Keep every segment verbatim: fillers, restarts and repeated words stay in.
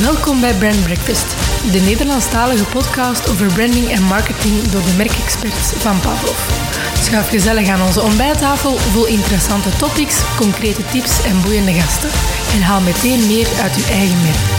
Welkom bij Brand Breakfast, de Nederlandstalige podcast over branding en marketing door de merkexperts van Pavlov. Schuif gezellig aan onze ontbijttafel vol interessante topics, concrete tips en boeiende gasten. En haal meteen meer uit uw eigen merk.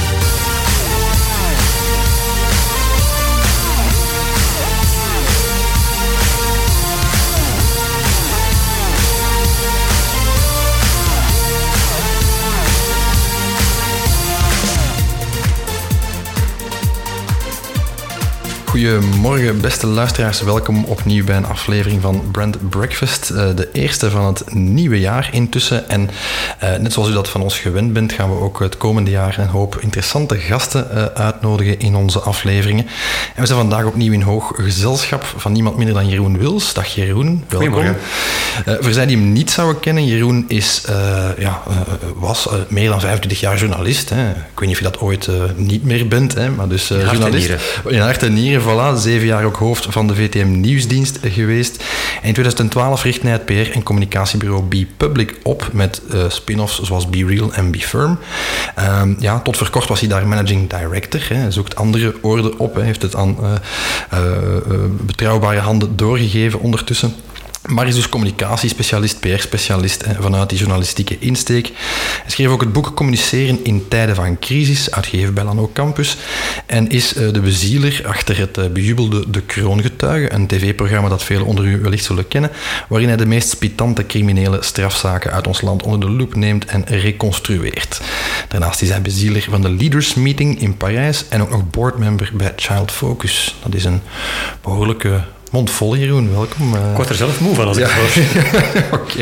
Goedemorgen beste luisteraars, welkom opnieuw bij een aflevering van Brand Breakfast, de eerste van het nieuwe jaar intussen. En uh, net zoals u dat van ons gewend bent, gaan we ook het komende jaar een hoop interessante gasten uh, uitnodigen in onze afleveringen. En we zijn vandaag opnieuw in hoog gezelschap van niemand minder dan Jeroen Wils. Dag Jeroen, welkom. Uh, voor zij die hem niet zouden kennen, Jeroen is, uh, ja, uh, was uh, meer dan vijfentwintig jaar journalist. Hè. Ik weet niet of je dat ooit uh, niet meer bent, hè, maar dus uh, in journalist. In hart en nieren. Voilà, zeven jaar ook hoofd van de V T M Nieuwsdienst geweest. En in twintig twaalf richtte hij het P R- en communicatiebureau Be Public op met uh, spin-offs zoals Be Real en Be Firm. Um, ja, tot voor kort was hij daar managing director. Hè. Hij zoekt andere oorden op. Hij heeft het aan uh, uh, uh, betrouwbare handen doorgegeven ondertussen. Maar is dus communicatiespecialist, P R-specialist hè, vanuit die journalistieke insteek. Hij schreef ook het boek Communiceren in tijden van crisis, uitgegeven bij Lano Campus. En is uh, de bezieler achter het uh, bejubelde De Kroongetuige, een tv-programma dat velen onder u wellicht zullen kennen, waarin hij de meest spitante criminele strafzaken uit ons land onder de loep neemt en reconstrueert. Daarnaast is hij bezieler van de Leaders Meeting in Parijs en ook nog boardmember bij Child Focus. Dat is een behoorlijke mond vol, Jeroen, welkom. Ik word er zelf moe van als ik het hoor. Oké.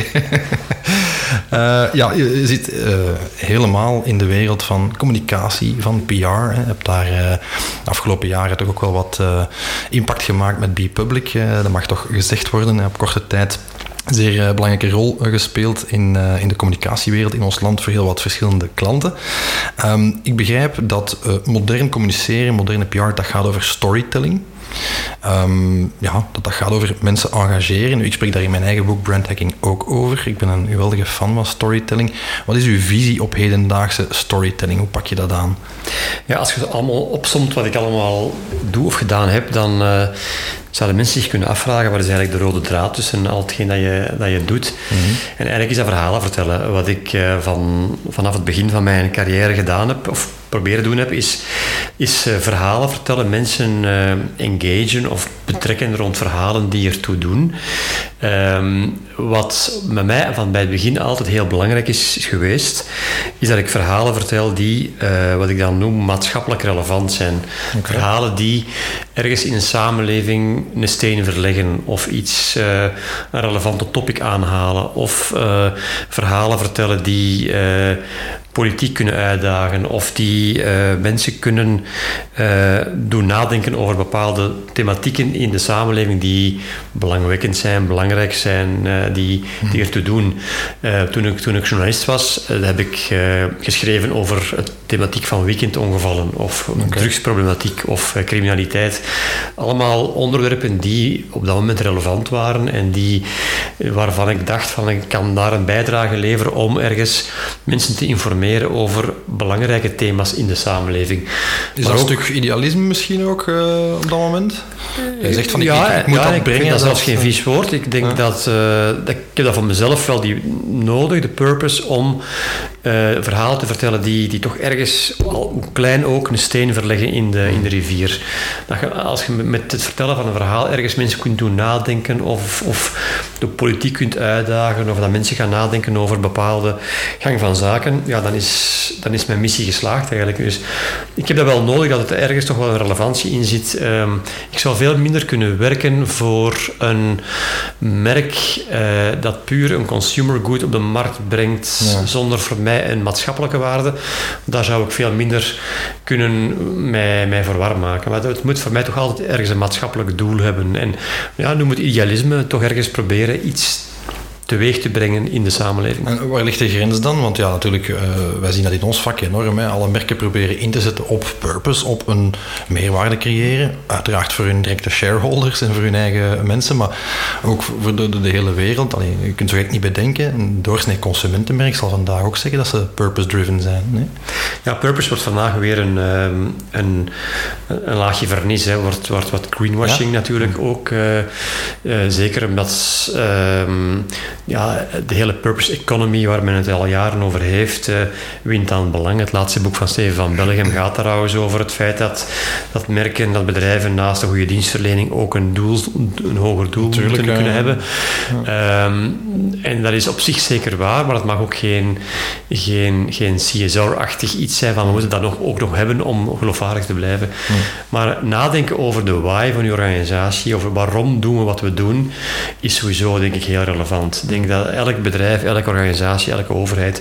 Uh, ja, je zit uh, helemaal in de wereld van communicatie, van P R. Hè. Je hebt daar uh, de afgelopen jaren toch ook wel wat uh, impact gemaakt met Be Public. Uh, dat mag toch gezegd worden. Je hebt op korte tijd een zeer uh, belangrijke rol uh, gespeeld in, uh, in de communicatiewereld in ons land voor heel wat verschillende klanten. Um, ik begrijp dat uh, modern communiceren, moderne P R, dat gaat over storytelling. Um, ja, dat dat gaat over mensen engageren. Ik spreek daar in mijn eigen boek Brand Hacking ook over. Ik ben een geweldige fan van storytelling. Wat is uw visie op hedendaagse storytelling? Hoe pak je dat aan? Ja, als je het allemaal opsomt wat ik allemaal doe of gedaan heb, dan uh, zouden mensen zich kunnen afvragen wat is eigenlijk de rode draad tussen al hetgeen dat je, dat je doet. Mm-hmm. En eigenlijk is dat verhalen vertellen. Wat ik uh, van, vanaf het begin van mijn carrière gedaan heb, of proberen doen heb, is, is uh, verhalen vertellen, mensen uh, engagen of betrekken rond verhalen die ertoe doen. Um, wat bij mij van bij het begin altijd heel belangrijk is, is geweest, is dat ik verhalen vertel die, uh, wat ik dan noem, maatschappelijk relevant zijn. Okay. Verhalen die ergens in een samenleving een steen verleggen of iets, uh, een relevante topic aanhalen of uh, verhalen vertellen die uh, politiek kunnen uitdagen of die uh, mensen kunnen uh, doen nadenken over bepaalde thematieken in de samenleving die belangwekkend zijn, belangrijk zijn, uh, die, die ertoe doen. Uh, toen, ik, toen ik journalist was, uh, heb ik uh, geschreven over de thematiek van weekendongevallen of okay. drugsproblematiek of uh, criminaliteit. Allemaal onderwerpen die op dat moment relevant waren en die, waarvan ik dacht van ik kan daar een bijdrage leveren om ergens mensen te informeren over belangrijke thema's in de samenleving. Is maar dat ook, een stuk idealisme misschien ook uh, op dat moment? Je zegt van ik, ja, ik, ik moet ja, dat ik brengen. vind dat zelfs dat, geen vies woord. Ik denk ja. dat, uh, dat ik heb dat van mezelf wel die nodig, de purpose om uh, verhalen te vertellen die, die toch ergens, al hoe klein ook, een steen verleggen in de, in de rivier. Dat je, als je met het vertellen van een verhaal ergens mensen kunt doen nadenken of, of de politiek kunt uitdagen of dat mensen gaan nadenken over bepaalde gang van zaken, ja, dan is, dan is mijn missie geslaagd eigenlijk. Dus ik heb dat wel nodig, dat het ergens toch wel een relevantie in zit. Um, ik zou veel minder kunnen werken voor een merk uh, dat puur een consumer good op de markt brengt, ja. zonder voor mij een maatschappelijke waarde. Daar zou ik veel minder kunnen mij, mij voor warm maken. Maar het moet voor mij toch altijd ergens een maatschappelijk doel hebben. En ja, noem het idealisme, toch ergens proberen iets teweeg te brengen in de samenleving. En waar ligt de grens dan? Want ja, natuurlijk, uh, wij zien dat in ons vak enorm. Hè. Alle merken proberen in te zetten op purpose, op een meerwaarde creëren. Uiteraard voor hun directe shareholders en voor hun eigen mensen, maar ook voor de, de, de hele wereld. Allee, je kunt zo echt niet bedenken. Een doorsnee consumentenmerk zal vandaag ook zeggen dat ze purpose-driven zijn. Nee? Ja, purpose wordt vandaag weer een, um, een, een laagje vernis. Hè. Wordt, wordt wat greenwashing ja. natuurlijk ook. Uh, uh, zeker omdat uh, ja, de hele purpose economy, waar men het al jaren over heeft, uh, wint aan belang. Het laatste boek van Steven van Bellegem gaat trouwens over het feit dat, dat merken, dat bedrijven naast een goede dienstverlening ook een doel, een hoger doel Tuurlijk, moeten kunnen uh, hebben. Ja. Um, en dat is op zich zeker waar, maar dat mag ook geen, geen, geen C S R-achtig iets zijn van we moeten dat nog, ook nog hebben om geloofwaardig te blijven. Ja. Maar nadenken over de why van je organisatie, over waarom doen we wat we doen, is sowieso denk ik heel relevant. Ik denk dat elk bedrijf, elke organisatie, elke overheid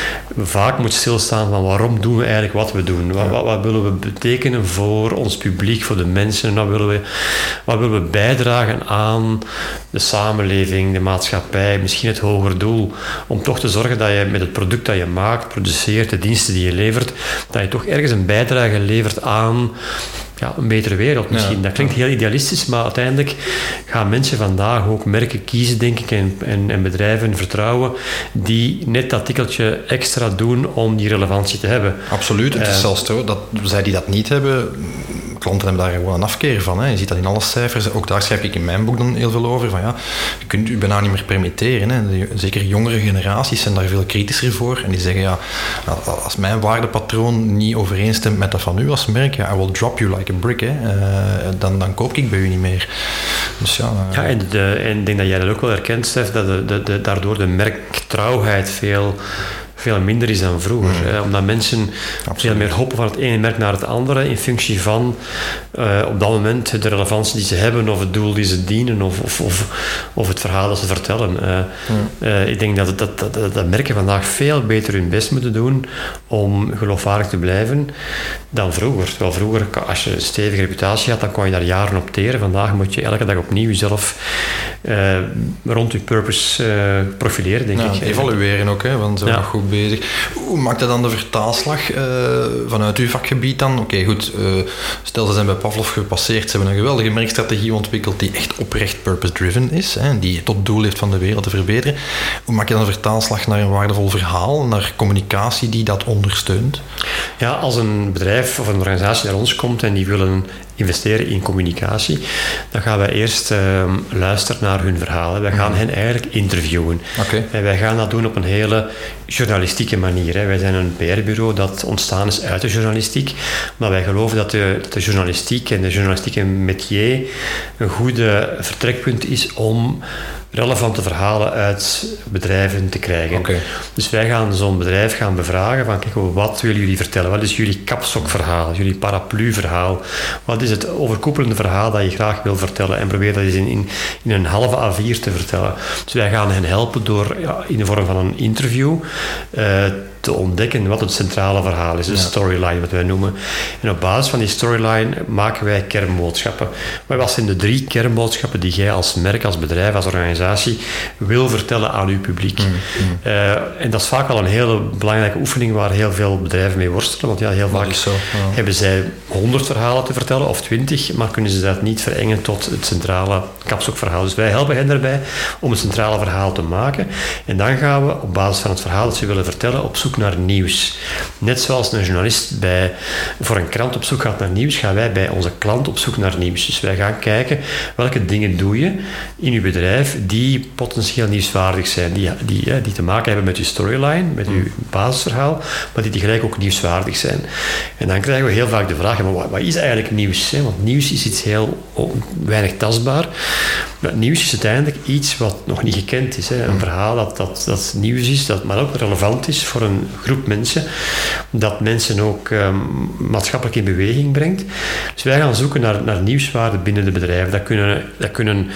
vaak moet stilstaan van waarom doen we eigenlijk wat we doen. Wat, wat, wat willen we betekenen voor ons publiek, voor de mensen? Wat willen we, wat willen we bijdragen aan de samenleving, de maatschappij, misschien het hoger doel, om toch te zorgen dat je met het product dat je maakt, produceert, de diensten die je levert, dat je toch ergens een bijdrage levert aan ja, een betere wereld misschien. Ja, dat klinkt heel idealistisch, maar uiteindelijk gaan mensen vandaag ook merken kiezen, denk ik, en, en, en bedrijven vertrouwen die net dat tikkeltje extra doen om die relevantie te hebben. Absoluut. Het is uh, zelfs zo dat zij die dat niet hebben, klanten hebben daar gewoon een afkeer van. Hè. Je ziet dat in alle cijfers. Ook daar schrijf ik in mijn boek dan heel veel over. Van, ja, je kunt u bijna niet meer permitteren. Hè. De, zeker jongere generaties zijn daar veel kritischer voor. En die zeggen, ja, als mijn waardepatroon niet overeenstemt met dat van u als merk, ja, I will drop you like a brick. Hè. Uh, dan, dan koop ik bij u niet meer. Dus ja, uh, ja en, de, en ik denk dat jij dat ook wel herkent, Stef, dat de, de, de, daardoor de merktrouwheid veel... veel minder is dan vroeger. Mm. Hè, omdat mensen Absoluut. veel meer hoppen van het ene merk naar het andere in functie van uh, op dat moment de relevantie die ze hebben of het doel die ze dienen of, of, of, of het verhaal dat ze vertellen. Uh, mm. uh, ik denk dat, dat, dat, dat, dat merken vandaag veel beter hun best moeten doen om geloofwaardig te blijven dan vroeger. Terwijl vroeger, als je een stevige reputatie had, dan kon je daar jaren op teren. Vandaag moet je elke dag opnieuw jezelf uh, rond je purpose uh, profileren, denk ja, ik. Evalueren ook, hè, want zo ja. nog goed bezig. Hoe maakt dat dan de vertaalslag uh, vanuit uw vakgebied dan? Oké, okay, goed. Uh, stel, ze zijn bij Pavlov gepasseerd. Ze hebben een geweldige merkstrategie ontwikkeld die echt oprecht purpose-driven is. Hè, die tot doel heeft van de wereld te verbeteren. Hoe maak je dan de vertaalslag naar een waardevol verhaal, naar communicatie die dat ondersteunt? Ja, als een bedrijf of een organisatie naar ons komt en die willen investeren in communicatie, dan gaan wij eerst uh, luisteren naar hun verhalen. Wij gaan hen eigenlijk interviewen. Okay. En wij gaan dat doen op een hele journalistieke manier. Hè. Wij zijn een P R-bureau dat ontstaan is uit de journalistiek, maar wij geloven dat de, de journalistiek en de journalistieke métier een goede vertrekpunt is om relevante verhalen uit bedrijven te krijgen. Okay. Dus wij gaan zo'n bedrijf gaan bevragen van, kijk, wat willen jullie vertellen? Wat is jullie kapstokverhaal? Jullie paraplu-verhaal? Wat is het overkoepelende verhaal dat je graag wil vertellen? En probeer dat eens in, in, in een halve A vier te vertellen. Dus wij gaan hen helpen door ja, in de vorm van een interview uh, te ontdekken wat het centrale verhaal is, de ja. storyline, wat wij noemen. En op basis van die storyline maken wij kernboodschappen. Maar wat zijn de drie kernboodschappen die jij als merk, als bedrijf, als organisatie wil vertellen aan uw publiek? Mm, mm. Uh, en dat is vaak al een hele belangrijke oefening waar heel veel bedrijven mee worstelen, want ja, heel vaak zo, ja. hebben zij honderd verhalen te vertellen, of twintig, maar kunnen ze dat niet verengen tot het centrale kapstokverhaal. Dus wij helpen hen daarbij om het centrale verhaal te maken. En dan gaan we op basis van het verhaal dat ze willen vertellen op zoek naar nieuws. Net zoals een journalist bij, voor een krant op zoek gaat naar nieuws, gaan wij bij onze klant op zoek naar nieuws. Dus wij gaan kijken welke dingen doe je in je bedrijf die potentieel nieuwswaardig zijn, die, die, die te maken hebben met je storyline, met je basisverhaal, maar die tegelijk ook nieuwswaardig zijn. En dan krijgen we heel vaak de vraag, maar wat, wat is eigenlijk nieuws? Hè? Want nieuws is iets heel weinig tastbaar. Maar nieuws is uiteindelijk iets wat nog niet gekend is. Hè? Een verhaal dat, dat, dat nieuws is, dat maar ook relevant is voor een groep mensen, dat mensen ook um, maatschappelijk in beweging brengt. Dus wij gaan zoeken naar, naar nieuwswaarde binnen de bedrijven. Dat kunnen, dat kunnen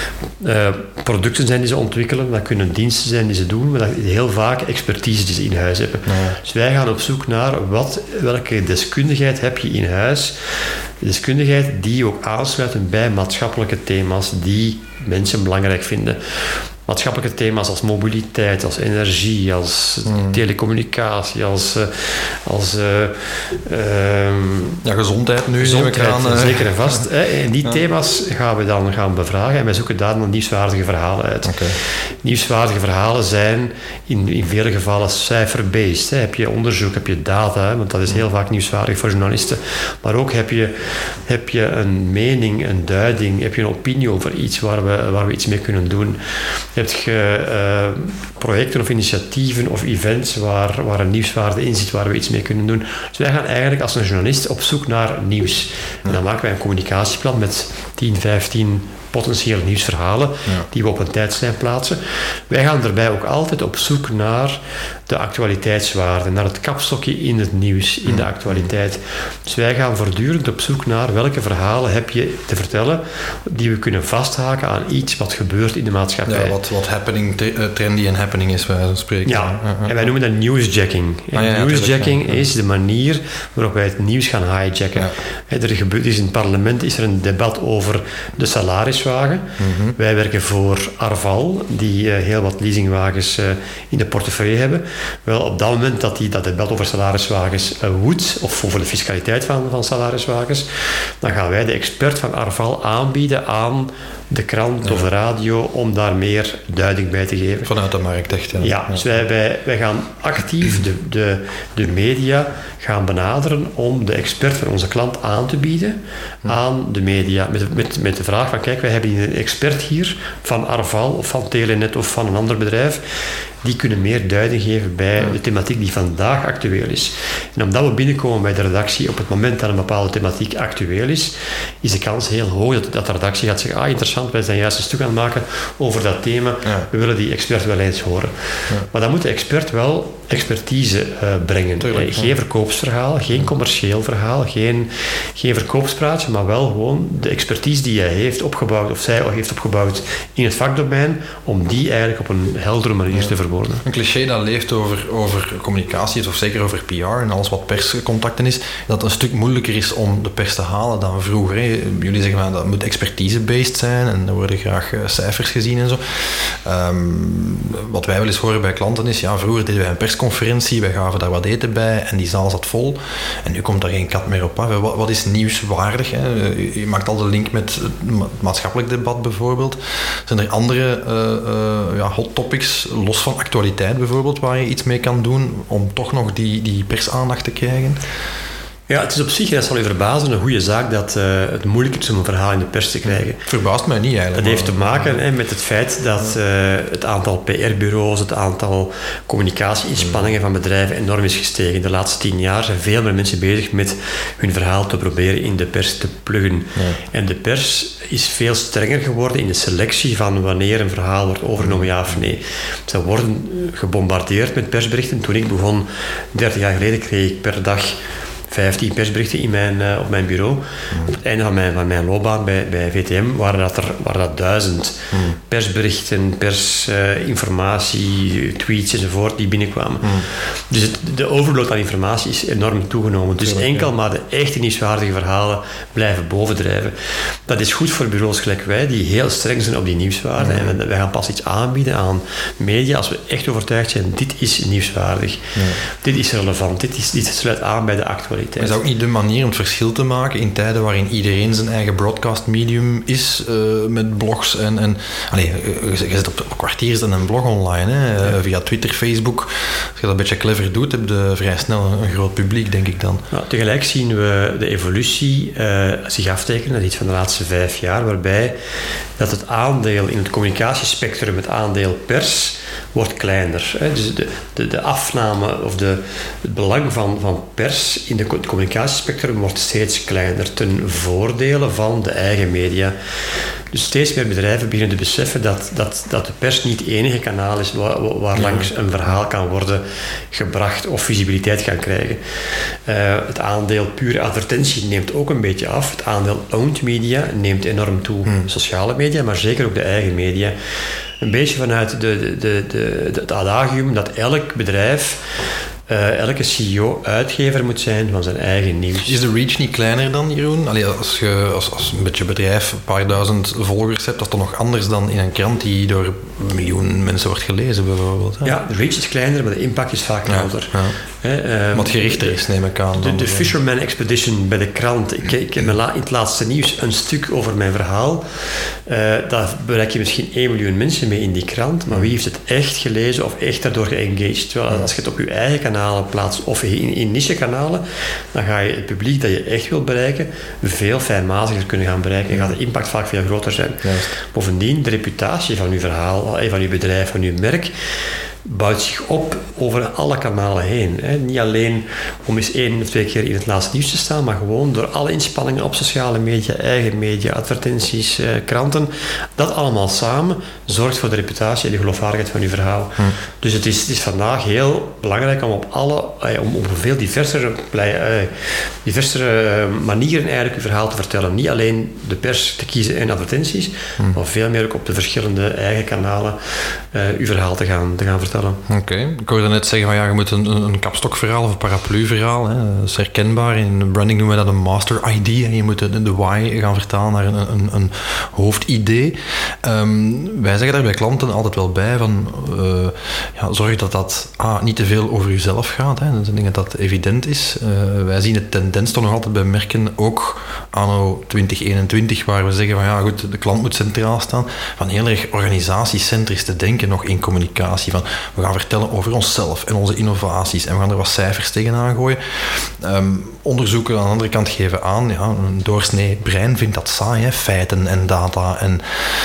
uh, producten zijn die ze ontwikkelen, dat kunnen diensten zijn die ze doen, maar dat heel vaak expertise die ze in huis hebben. Ja. Dus wij gaan op zoek naar wat, welke deskundigheid heb je in huis, deskundigheid die ook aansluiten bij maatschappelijke thema's die mensen belangrijk vinden. maatschappelijke thema's als mobiliteit, als energie, als mm. telecommunicatie, als... Uh, als uh, uh, ja, gezondheid nu. Gezondheid, aan, uh, zeker en vast. Hè. En die ja. thema's gaan we dan gaan bevragen en wij zoeken daar dan nieuwswaardige verhalen uit. Okay. Nieuwswaardige verhalen zijn in, in vele gevallen cijfer-based. Hè. Heb je onderzoek, heb je data, hè, want dat is heel vaak nieuwswaardig voor journalisten. Maar ook heb je, heb je een mening, een duiding, heb je een opinie over iets waar we, waar we iets mee kunnen doen. Heb je uh, projecten of initiatieven of events waar, waar een nieuwswaarde in zit, waar we iets mee kunnen doen. Dus wij gaan eigenlijk als een journalist op zoek naar nieuws. En dan maken wij een communicatieplan met tien, vijftien potentiële nieuwsverhalen ja. die we op een tijdslijn plaatsen. Wij gaan daarbij ook altijd op zoek naar de actualiteitswaarde, naar het kapstokje in het nieuws, in de actualiteit. Dus wij gaan voortdurend op zoek naar welke verhalen heb je te vertellen die we kunnen vasthaken aan iets wat gebeurt in de maatschappij. Ja, wat, wat happening, trendy en happening is, bij wijze van spreken. Ja, uh-huh. en wij noemen dat newsjacking. En ah, ja, newsjacking ja, is de manier waarop wij het nieuws gaan hijacken. Ja. Er gebeurt is in het parlement is er een debat over de salariswagen. Mm-hmm. Wij werken voor Arval, die uh, heel wat leasingwagens uh, in de portefeuille hebben. Wel, op dat moment dat die dat debat over salariswagens uh, woedt, of over de fiscaliteit van, van salariswagens, dan gaan wij de expert van Arval aanbieden aan de krant ja. of de radio om daar meer duiding bij te geven. Vanuit de markt, echt. Ja, ja, ja. dus wij, wij, wij gaan actief de, de, de media gaan benaderen om de expert van onze klant aan te bieden ja. aan de media. Met, met, met de vraag van, kijk, wij hebben een expert hier van Arval of van Telenet of van een ander bedrijf. Die kunnen meer duiding geven bij ja. de thematiek die vandaag actueel is. En omdat we binnenkomen bij de redactie op het moment dat een bepaalde thematiek actueel is, is de kans heel hoog dat, dat de redactie gaat zeggen, ah, interessant, wij zijn juist een stuk aan het maken over dat thema, ja. we willen die expert wel eens horen. Ja. Maar dan moet de expert wel expertise uh, brengen. Tuurlijk, eh, geen ja. verkoopsverhaal, geen commercieel verhaal, geen, geen verkoopspraatje, maar wel gewoon de expertise die hij heeft opgebouwd, of zij heeft opgebouwd in het vakdomein, om die eigenlijk op een heldere manier ja. te verwoorden. Een cliché dat leeft over, over communicatie, of zeker over P R en alles wat perscontacten is, dat het een stuk moeilijker is om de pers te halen dan vroeger. Hè. Jullie zeggen van, dat moet expertise-based zijn en er worden graag uh, cijfers gezien en zo. Um, wat wij wel eens horen bij klanten is, ja, vroeger deden wij een persconferentie, wij gaven daar wat eten bij en die zaal zat vol en nu komt daar geen kat meer op af. Wat, wat is nieuwswaardig? Hè? Je maakt al de link met het maatschappelijk debat bijvoorbeeld. Zijn er andere uh, uh, ja, hot topics, los van actualiteit bijvoorbeeld, waar je iets mee kan doen om toch nog die, die persaandacht te krijgen? Ja, het is op zich, dat zal u verbazen, een goede zaak dat uh, het moeilijker is om een verhaal in de pers te krijgen. Verbaast mij niet eigenlijk. Dat heeft te maken hè, met het feit dat uh, het aantal P R-bureaus, het aantal communicatieinspanningen van bedrijven enorm is gestegen. De laatste tien jaar zijn veel meer mensen bezig met hun verhaal te proberen in de pers te pluggen. Ja. En de pers is veel strenger geworden in de selectie van wanneer een verhaal wordt overgenomen, ja of nee. Ze worden gebombardeerd met persberichten. Toen ik begon, dertig jaar geleden, kreeg ik per dag vijftien persberichten in mijn, uh, op mijn bureau. Mm. Op het einde van mijn, van mijn loopbaan bij, bij V T M waren dat er waren dat duizend mm. persberichten, persinformatie, uh, tweets enzovoort die binnenkwamen. Mm. Dus het, de overload aan informatie is enorm toegenomen. Dus Tuurlijk, enkel ja. maar de echte nieuwswaardige verhalen blijven bovendrijven. Dat is goed voor bureaus gelijk wij, die heel streng zijn op die nieuwswaarde. Mm. En wij gaan pas iets aanbieden aan media als we echt overtuigd zijn, dit is nieuwswaardig. Mm. Dit is relevant. Dit, is, dit sluit aan bij de actualiteit. Is dat ook niet de manier om het verschil te maken in tijden waarin iedereen zijn eigen broadcast medium is, uh, met blogs en... en allee, je zet op, op kwartier dan een blog online, hè, ja. via Twitter, Facebook. Als je dat een beetje clever doet, heb je vrij snel een groot publiek, denk ik dan. Nou, tegelijk zien we de evolutie uh, zich aftekenen, dat is iets van de laatste vijf jaar, waarbij dat het aandeel in het communicatiespectrum, het aandeel pers, wordt kleiner. Hè. Dus de, de, de afname of de, het belang van, van pers in de het communicatiespectrum wordt steeds kleiner ten voordele van de eigen media. Dus steeds meer bedrijven beginnen te beseffen dat, dat, dat de pers niet het enige kanaal is waar, waar langs een verhaal kan worden gebracht of visibiliteit kan krijgen. Uh, het aandeel pure advertentie neemt ook een beetje af. Het aandeel owned media neemt enorm toe. Hmm. Sociale media, maar zeker ook de eigen media. Een beetje vanuit de, de, de, de, het adagium dat elk bedrijf uh, elke C E O uitgever moet zijn van zijn eigen nieuws. Is de reach niet kleiner dan, Jeroen? Allee, als je als, als een beetje bedrijf een paar duizend volgers hebt, dat is toch nog anders dan in een krant die door een miljoen mensen wordt gelezen, bijvoorbeeld? Hè? Ja, de reach is kleiner, maar de impact is vaak groter. Ja, ja. He, um, Wat gerichter is, neem ik aan. De, de Fisherman Expedition bij de krant. Ik, ik heb in het laatste nieuws een stuk over mijn verhaal. Uh, daar bereik je misschien één miljoen mensen mee in die krant, maar wie heeft het echt gelezen of echt daardoor geëngaged? Terwijl als je het op je eigen kanalen plaatst of in, in niche-kanalen, dan ga je het publiek dat je echt wilt bereiken veel fijnmaziger kunnen gaan bereiken en gaat de impact vaak veel groter zijn. Juist. Bovendien, de reputatie van je verhaal, van je bedrijf, van je merk, bouwt zich op over alle kanalen heen. Hè. Niet alleen om eens één of twee keer in het laatste nieuws te staan, maar gewoon door alle inspanningen op sociale media, eigen media, advertenties, eh, kranten. Dat allemaal samen zorgt voor de reputatie en de geloofwaardigheid van je verhaal. Hm. Dus het is, het is vandaag heel belangrijk om op alle, eh, om op veel diversere, eh, diversere manieren eigenlijk je verhaal te vertellen. Niet alleen de pers te kiezen en advertenties, hm. maar veel meer ook op de verschillende eigen kanalen eh, je verhaal te gaan, te gaan vertellen. Oké, okay. Ik hoorde net zeggen van ja, je moet een, een kapstokverhaal of een paraplu-verhaal. Hè. Dat is herkenbaar. In branding noemen we dat een master I D. En je moet de, de why gaan vertalen naar een, een, een hoofdidee. Um, wij zeggen daar bij klanten altijd wel bij van uh, ja, zorg dat dat ah, niet te veel over jezelf gaat. Hè. Dat is een ding dat dat evident is. Uh, wij zien de tendens toch nog altijd bij merken, ook anno twintig eenentwintig, waar we zeggen van ja goed, de klant moet centraal staan. Van heel erg organisatiecentrisch te denken nog in communicatie. Van we gaan vertellen over onszelf en onze innovaties en we gaan er wat cijfers tegenaan gooien. Um, onderzoeken aan de andere kant geven aan, ja, een doorsnee brein vindt dat saai, hè, feiten en data en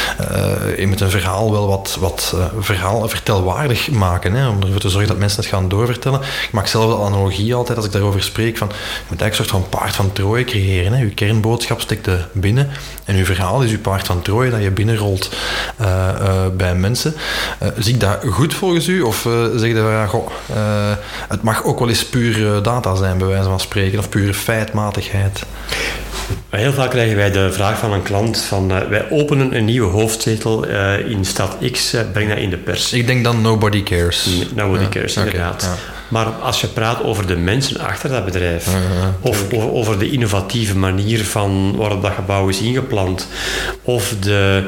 uh, je moet een verhaal wel wat, wat uh, verhaal vertelwaardig maken, hè, om ervoor te zorgen dat mensen het gaan doorvertellen. Ik maak zelf de analogie altijd als ik daarover spreek van, je moet eigenlijk een soort van paard van Troje creëren. Hè. Je kernboodschap steekt er binnen en je verhaal is je paard van Troje dat je binnenrolt uh, uh, bij mensen. Uh, zie ik dat goed volgens u? Of uh, zeg je van, ja, goh, uh, het mag ook wel eens puur data zijn, bij wijze van spreken, of pure feitmatigheid? Heel vaak krijgen wij de vraag van een klant van uh, wij openen een nieuwe hoofdzetel uh, in stad X, uh, breng dat in de pers. Ik denk dan nobody cares. Nobody ja, cares, inderdaad. Okay, ja. Maar als je praat over de mensen achter dat bedrijf, ja, ja, of over, over de innovatieve manier van waarop dat gebouw is ingepland, of de,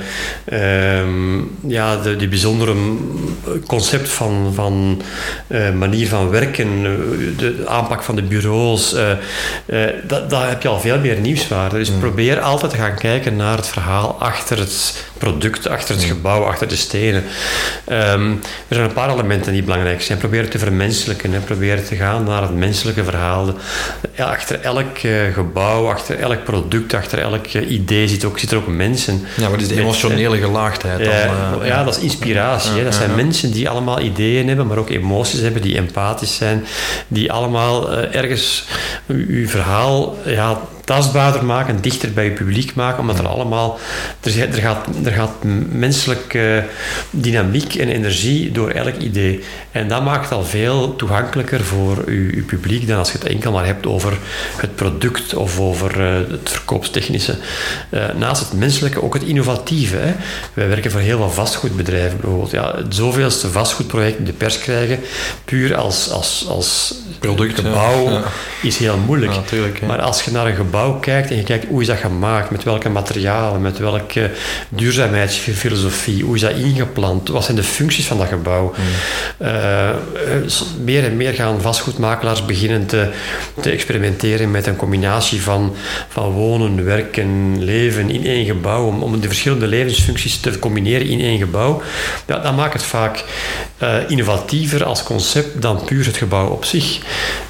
um, ja, de, die bijzondere concept van, van uh, manier van werken, de aanpak van de bureaus, uh, uh, dat, daar heb je al veel meer nieuwswaarde. Dus mm. probeer altijd te gaan kijken naar het verhaal achter het product, achter het mm. gebouw, achter de stenen. Um, er zijn een paar elementen die belangrijk zijn. Probeer het te vermenselijken. En proberen te gaan naar het menselijke verhaal. Ja, achter elk uh, gebouw, achter elk product, achter elk uh, idee zit, ook, zit er ook mensen. Ja, wat is de met, emotionele gelaagdheid? Uh, dan, uh, ja, dat is inspiratie. Ja, dat zijn ja, ja. mensen die allemaal ideeën hebben, maar ook emoties hebben, die empathisch zijn, die allemaal uh, ergens uw verhaal ja, tastbaarder maken, dichter bij je publiek maken, omdat er allemaal er, er, gaat, er gaat menselijke dynamiek en energie door elk idee. En dat maakt al veel toegankelijker voor je, je publiek dan als je het enkel maar hebt over het product of over uh, het verkoopstechnische. Uh, naast het menselijke ook het innovatieve. Hè. Wij werken voor heel veel vastgoedbedrijven bijvoorbeeld. Ja, het zoveelste vastgoedproject in de pers krijgen, puur als, als, als product, gebouw, ja. is heel moeilijk. Ja, natuurlijk, maar als je naar een gebouw kijkt en je kijkt hoe is dat gemaakt, met welke materialen, met welke duurzaamheidsfilosofie, hoe is dat ingeplant, wat zijn de functies van dat gebouw. Mm. Uh, meer en meer gaan vastgoedmakelaars beginnen te, te experimenteren met een combinatie van, van wonen, werken, leven in één gebouw, om, om de verschillende levensfuncties te combineren in één gebouw. Ja, dat maakt het vaak uh, innovatiever als concept dan puur het gebouw op zich.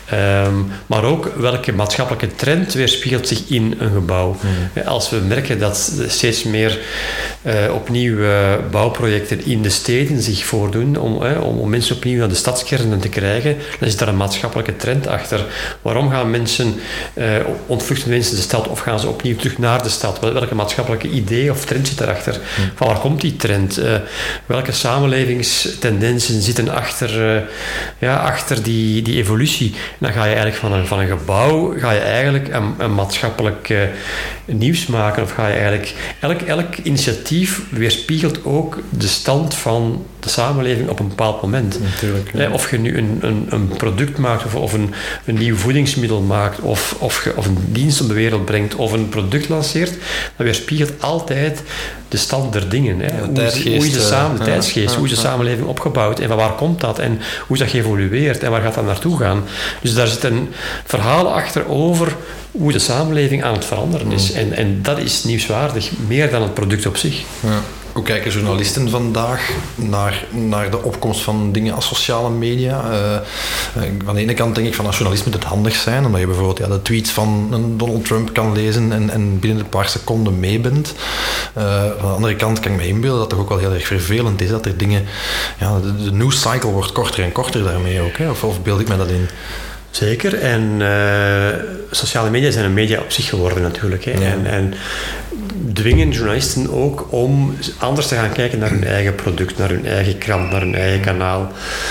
Um, maar ook welke maatschappelijke trend weerspiegelt zich in een gebouw. Mm. Als we merken dat steeds meer uh, opnieuw uh, bouwprojecten in de steden zich voordoen om, uh, om, om mensen opnieuw naar de stadskernen te krijgen, dan zit daar een maatschappelijke trend achter. Waarom gaan mensen, uh, ontvluchten mensen de stad of gaan ze opnieuw terug naar de stad? Welke maatschappelijke idee of trend zit daarachter? Mm. Van waar komt die trend? Uh, welke samenlevingstendensen zitten achter, uh, ja, achter die, die evolutie? Dan ga je eigenlijk van een, van een gebouw ga je eigenlijk een, een, maatschappelijk uh, nieuws maken? Of ga je eigenlijk... Elk, elk initiatief weerspiegelt ook de stand van de samenleving op een bepaald moment. Natuurlijk. Ja. Of je nu een, een, een product maakt, of, of een, een nieuw voedingsmiddel maakt, of, of, je, of een dienst op de wereld brengt, of een product lanceert, dat weerspiegelt altijd de stand der dingen. Hè. Ja, hoe, tijdsgeest, hoe is de, samen, de ja, tijdsgeest, ja, hoe is de ja. samenleving opgebouwd en van waar komt dat en hoe is dat geëvolueerd en waar gaat dat naartoe gaan. Dus daar zit een verhaal achter over hoe de samenleving aan het veranderen is. En, en dat is nieuwswaardig, meer dan het product op zich. Ja. Hoe kijken journalisten vandaag naar, naar de opkomst van dingen als sociale media? Uh, aan de ene kant denk ik van als journalist moet het handig zijn, omdat je bijvoorbeeld ja, de tweets van een Donald Trump kan lezen en, en binnen een paar seconden mee bent. Uh, aan de andere kant kan ik me inbeelden dat het toch ook wel heel erg vervelend is dat er dingen... Ja, de, de news cycle wordt korter en korter daarmee ook. Hè? Of, of beeld ik me dat in? Zeker. En uh, sociale media zijn een media op zich geworden natuurlijk. Hè. Ja. En, en dwingen journalisten ook om anders te gaan kijken naar hun eigen product, naar hun eigen krant, naar hun eigen kanaal.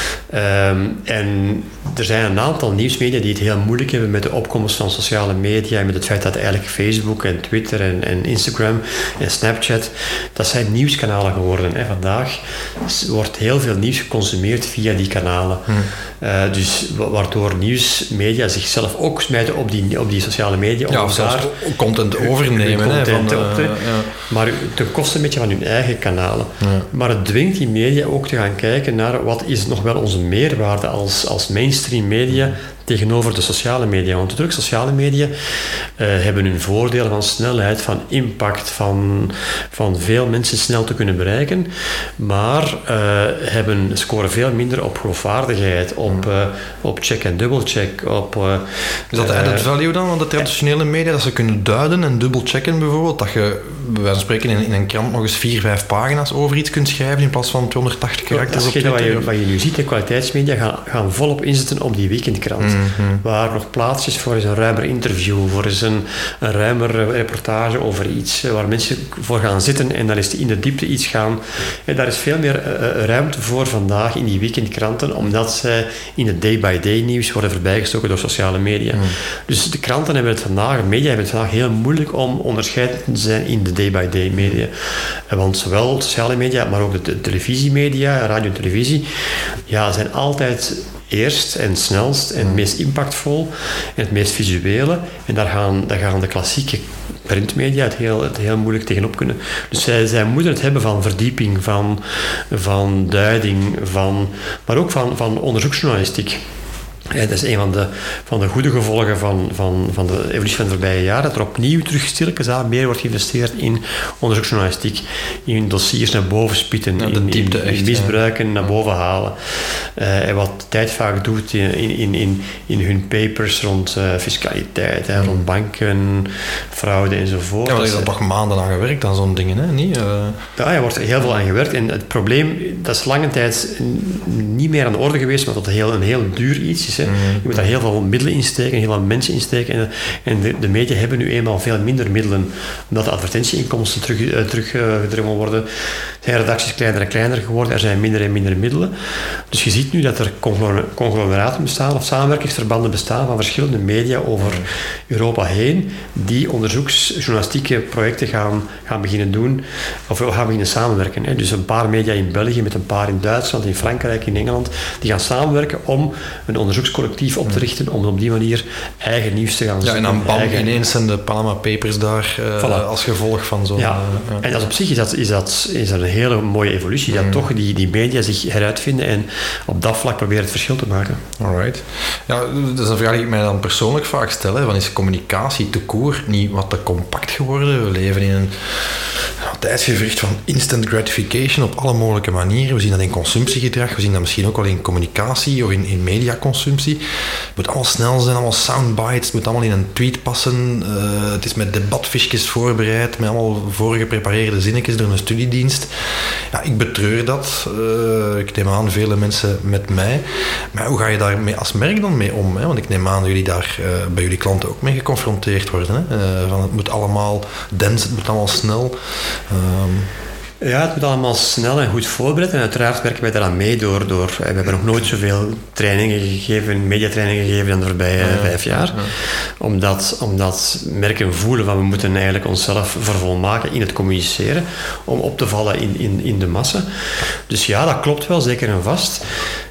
Um, en er zijn een aantal nieuwsmedia die het heel moeilijk hebben met de opkomst van sociale media en met het feit dat eigenlijk Facebook en Twitter en, en Instagram en Snapchat, dat zijn nieuwskanalen geworden. Hè. Vandaag wordt heel veel nieuws geconsumeerd via die kanalen. Hmm. Uh, dus waardoor nieuwsmedia zichzelf ook smijten op die, op die sociale media. Ja, om of daar content overnemen. Content hè, van, op te, uh, ja. Maar ten koste een beetje van hun eigen kanalen. Ja. Maar het dwingt die media ook te gaan kijken naar wat is nog wel onze meerwaarde als, als mainstream media tegenover de sociale media. Want natuurlijk, sociale media uh, hebben hun voordelen van snelheid, van impact, van, van veel mensen snel te kunnen bereiken, maar uh, hebben, scoren veel minder op geloofwaardigheid, op, uh, op check en dubbelcheck. Op, uh, is dat de uh, added value dan van de traditionele media, dat ze kunnen duiden en dubbelchecken bijvoorbeeld, dat je bij wijze van spreken in, in een krant nog eens vier, vijf pagina's over iets kunt schrijven in plaats van tweehonderdtachtig karakters op Twitter? Dat is wat je, wat je nu ziet, de kwaliteitsmedia gaan, gaan volop inzetten op die weekendkrant. Mm-hmm. Waar nog plaats is voor eens een ruimer interview, voor eens een, een ruimer reportage over iets, waar mensen voor gaan zitten en dan is in de diepte iets gaan. En daar is veel meer uh, ruimte voor vandaag in die weekendkranten, omdat zij in het day-by-day nieuws worden voorbijgestoken door sociale media. Mm. Dus de kranten hebben het vandaag, media hebben het vandaag heel moeilijk om onderscheidend te zijn in de day-by-day media. Want zowel sociale media, maar ook de, de televisiemedia, radio en televisie, ja, zijn altijd eerst en snelst en het meest impactvol en het meest visuele. En daar gaan, daar gaan de klassieke printmedia het heel, het heel moeilijk tegenop kunnen. Dus zij, zij moeten het hebben van verdieping, van, van duiding, van, maar ook van, van onderzoeksjournalistiek. Ja, dat is een van de, van de goede gevolgen van, van, van de evolutie van de voorbije jaren, dat er opnieuw terug stilletjes aan meer wordt geïnvesteerd in onderzoeksjournalistiek, in dossiers naar boven spitten, ja, in, diepte, in, echt, in misbruiken ja. naar boven halen. Uh, en wat tijd vaak doet in, in, in, in hun papers rond uh, fiscaliteit, hè, rond banken, fraude enzovoort. Ja, maar er is toch maanden aan gewerkt aan zo'n dingen, hè? Niet? Uh... Ja, er wordt heel veel aan gewerkt. En het probleem, dat is lange tijd niet meer aan de orde geweest, maar dat het heel, een heel duur iets is. Hè. Mm-hmm. Je moet daar heel veel middelen in steken, heel veel mensen in steken. En, en de, de media hebben nu eenmaal veel minder middelen, omdat de advertentieinkomsten teruggedrongen terug, uh, worden. Zijn redacties kleiner en kleiner geworden, er zijn minder en minder middelen. Dus je ziet nu dat er conglomeraten bestaan, of samenwerkingsverbanden bestaan van verschillende media over Europa heen, die onderzoeksjournalistieke projecten gaan, gaan beginnen doen, of gaan beginnen samenwerken. Hè. Dus een paar media in België, met een paar in Duitsland, in Frankrijk, in Engeland, die gaan samenwerken om een onderzoekscollectief op te richten, om op die manier eigen nieuws te gaan zetten. Ja, en dan bam, eigen... ineens zijn de Panama Papers daar uh, voilà. als gevolg van zo'n... Ja. Uh, ja. En dat op zich is dat, is dat, is dat een hele mooie evolutie, mm. dat toch die, die media zich heruitvinden en op dat vlak proberen het verschil te maken. Alright. Ja, dat is een vraag die ik mij dan persoonlijk vaak stel. Hè, van is communicatie te koer niet wat te compact geworden? We leven in een tijdsgevricht van instant gratification op alle mogelijke manieren. We zien dat in consumptiegedrag, we zien dat misschien ook wel in communicatie of in, in mediaconsumptie. Het moet allemaal snel zijn, allemaal soundbites, het moet allemaal in een tweet passen. Uh, het is met debatfiches voorbereid, met allemaal voorgeprepareerde zinnetjes door een studiedienst. Ja, ik betreur dat. Uh, ik neem aan, vele mensen met mij. Maar hoe ga je daar mee als merk dan mee om? Hè? Want ik neem aan dat jullie daar uh, bij jullie klanten ook mee geconfronteerd worden. Hè? Uh, van het moet allemaal dense, het moet allemaal snel. Um, Ja, het moet allemaal snel en goed voorbereid. En uiteraard werken wij daaraan mee door... door we hebben nog nooit zoveel trainingen gegeven, mediatrainingen gegeven dan de voorbije ja, vijf jaar. Ja. Omdat, omdat merken voelen van we moeten eigenlijk onszelf vervolmaken in het communiceren. Om op te vallen in, in, in de massa. Dus ja, dat klopt wel, zeker en vast.